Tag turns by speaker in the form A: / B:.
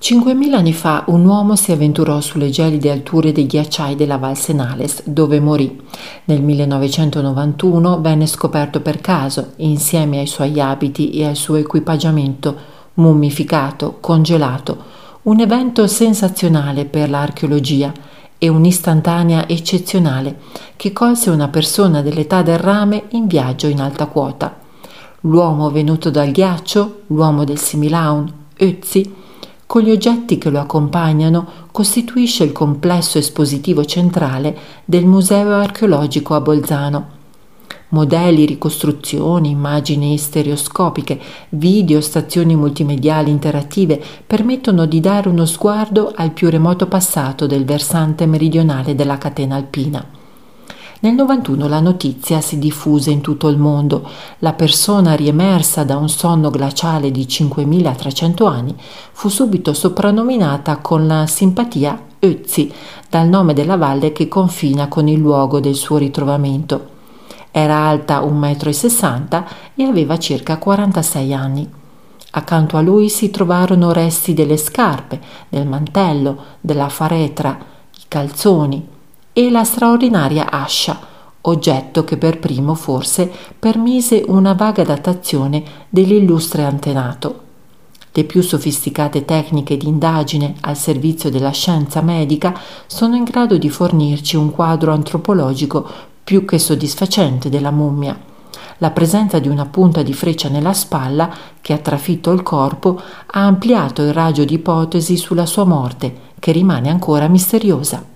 A: 5.000 anni fa un uomo si avventurò sulle gelide alture dei ghiacciai della Val Senales, dove morì. Nel 1991 venne scoperto per caso, insieme ai suoi abiti e al suo equipaggiamento, mummificato, congelato, un evento sensazionale per l'archeologia e un'istantanea eccezionale che colse una persona dell'età del rame in viaggio in alta quota. L'uomo venuto dal ghiaccio, l'uomo del Similaun, Ötzi, con gli oggetti che lo accompagnano, costituisce il complesso espositivo centrale del Museo archeologico a Bolzano. Modelli, ricostruzioni, immagini stereoscopiche, video, stazioni multimediali interattive permettono di dare uno sguardo al più remoto passato del versante meridionale della catena alpina. Nel 91 la notizia si diffuse in tutto il mondo. La persona riemersa da un sonno glaciale di 5.300 anni fu subito soprannominata con la simpatia Ötzi, dal nome della valle che confina con il luogo del suo ritrovamento. Era alta 1,60 m e aveva circa 46 anni. Accanto a lui si trovarono resti delle scarpe, del mantello, della faretra, i calzoni e la straordinaria ascia, oggetto che per primo forse permise una vaga datazione dell'illustre antenato. Le più sofisticate tecniche di indagine al servizio della scienza medica sono in grado di fornirci un quadro antropologico più che soddisfacente della mummia. La presenza di una punta di freccia nella spalla che ha trafitto il corpo ha ampliato il raggio di ipotesi sulla sua morte, che rimane ancora misteriosa.